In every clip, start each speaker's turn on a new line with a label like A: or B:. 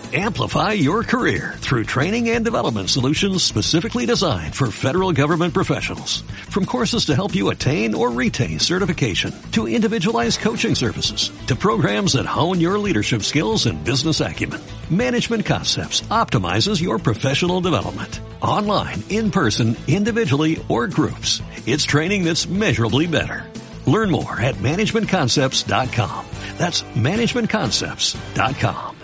A: Amplify your career through training and development solutions specifically designed for federal government professionals. From courses to help you attain or retain certification, to individualized coaching services, to programs that hone your leadership skills and business acumen, Management Concepts optimizes your professional development. Online, in person, individually, or groups, it's training that's measurably better. Learn more at managementconcepts.com. That's managementconcepts.com.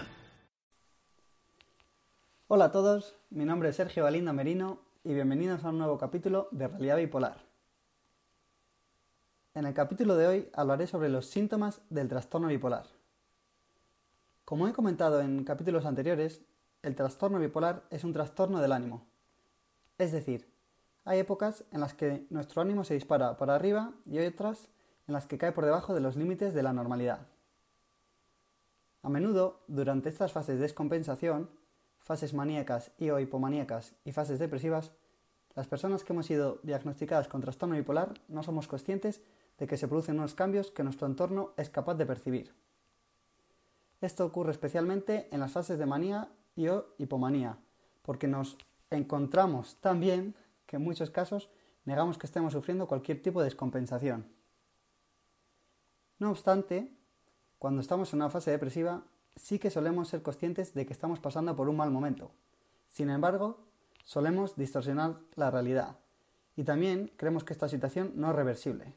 B: Hola a todos, mi nombre es Sergio Galindo Merino y bienvenidos a un nuevo capítulo de Realidad Bipolar. En el capítulo de hoy hablaré sobre los síntomas del trastorno bipolar. Como he comentado en capítulos anteriores, el trastorno bipolar es un trastorno del ánimo. Es decir, hay épocas en las que nuestro ánimo se dispara para arriba y otras en las que cae por debajo de los límites de la normalidad. A menudo, durante estas fases de descompensación, fases maníacas o hipomaníacas y fases depresivas, las personas que hemos sido diagnosticadas con trastorno bipolar no somos conscientes de que se producen unos cambios que nuestro entorno es capaz de percibir. Esto ocurre especialmente en las fases de manía o hipomanía, porque nos encontramos tan bien que en muchos casos negamos que estemos sufriendo cualquier tipo de descompensación. No obstante, cuando estamos en una fase depresiva, sí que solemos ser conscientes de que estamos pasando por un mal momento. Sin embargo, solemos distorsionar la realidad y también creemos que esta situación no es reversible.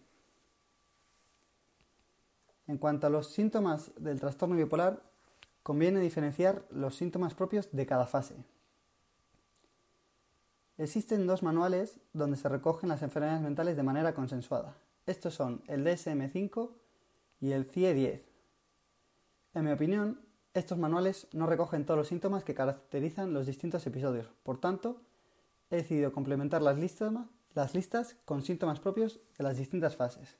B: En cuanto a los síntomas del trastorno bipolar, conviene diferenciar los síntomas propios de cada fase. Existen dos manuales donde se recogen las enfermedades mentales de manera consensuada. Estos son el DSM-5 y el CIE-10. En mi opinión, estos manuales no recogen todos los síntomas que caracterizan los distintos episodios. Por tanto, he decidido complementar las listas con síntomas propios de las distintas fases.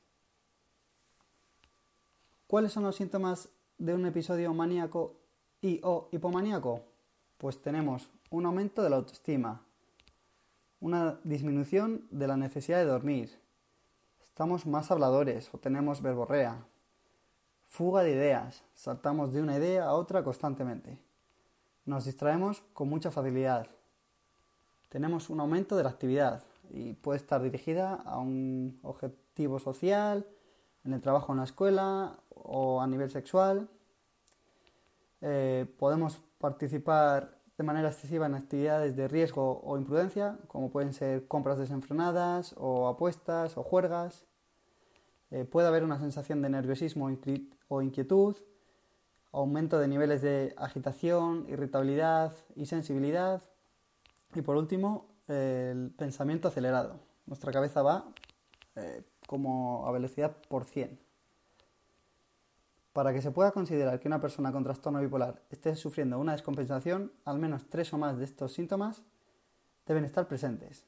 B: ¿Cuáles son los síntomas de un episodio maníaco o hipomaníaco? Pues tenemos un aumento de la autoestima, una disminución de la necesidad de dormir, estamos más habladores o tenemos verborrea, fuga de ideas, saltamos de una idea a otra constantemente. Nos distraemos con mucha facilidad. Tenemos un aumento de la actividad y puede estar dirigida a un objetivo social, en el trabajo en la escuela o a nivel sexual. Podemos participar de manera excesiva en actividades de riesgo o imprudencia, como pueden ser compras desenfrenadas o apuestas o juergas. Puede haber una sensación de nerviosismo o inquietud, aumento de niveles de agitación, irritabilidad y sensibilidad. Y por último, el pensamiento acelerado. Nuestra cabeza va como a velocidad por 100. Para que se pueda considerar que una persona con trastorno bipolar esté sufriendo una descompensación, al menos 3 o más de estos síntomas deben estar presentes.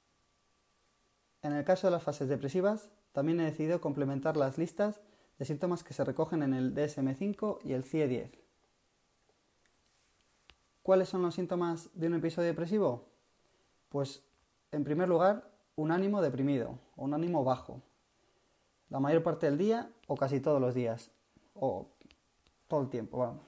B: En el caso de las fases depresivas, también he decidido complementar las listas de síntomas que se recogen en el DSM-5 y el CIE-10. ¿Cuáles son los síntomas de un episodio depresivo? Pues, en primer lugar, un ánimo deprimido o un ánimo bajo, la mayor parte del día o casi todos los días, o todo el tiempo, vamos.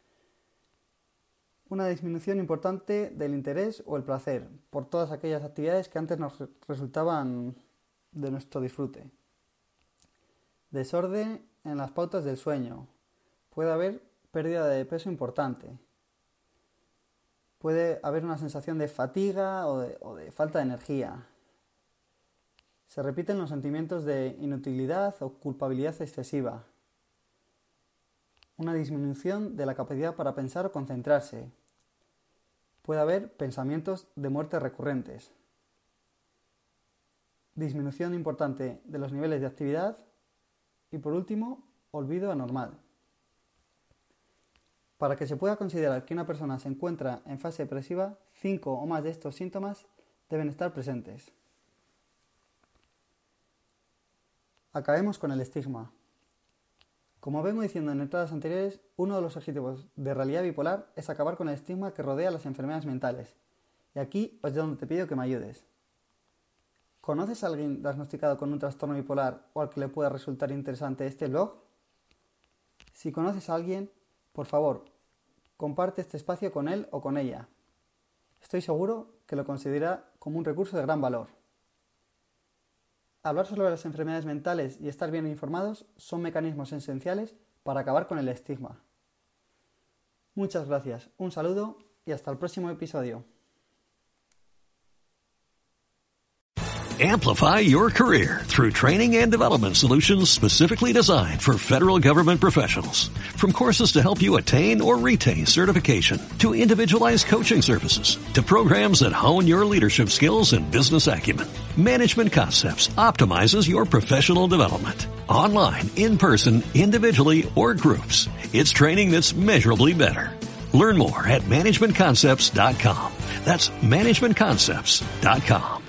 B: Una disminución importante del interés o el placer por todas aquellas actividades que antes nos resultaban de nuestro disfrute. Desorden en las pautas del sueño. Puede haber pérdida de peso importante. Puede haber una sensación de fatiga o de falta de energía. Se repiten los sentimientos de inutilidad o culpabilidad excesiva. Una disminución de la capacidad para pensar o concentrarse. Puede haber pensamientos de muerte recurrentes. Disminución importante de los niveles de actividad. Y por último, olvido anormal. Para que se pueda considerar que una persona se encuentra en fase depresiva, 5 o más de estos síntomas deben estar presentes. Acabemos con el estigma. Como vengo diciendo en entradas anteriores, uno de los objetivos de Realidad Bipolar es acabar con el estigma que rodea las enfermedades mentales. Y aquí es donde te pido que me ayudes. ¿Conoces a alguien diagnosticado con un trastorno bipolar o al que le pueda resultar interesante este blog? Si conoces a alguien, por favor, comparte este espacio con él o con ella. Estoy seguro que lo considera como un recurso de gran valor. Hablar sobre las enfermedades mentales y estar bien informados son mecanismos esenciales para acabar con el estigma. Muchas gracias, un saludo y hasta el próximo episodio.
A: Amplify your career through training and development solutions specifically designed for federal government professionals. From courses to help you attain or retain certification, to individualized coaching services, to programs that hone your leadership skills and business acumen, Management Concepts optimizes your professional development. Online, in person, individually, or groups, it's training that's measurably better. Learn more at managementconcepts.com. That's managementconcepts.com.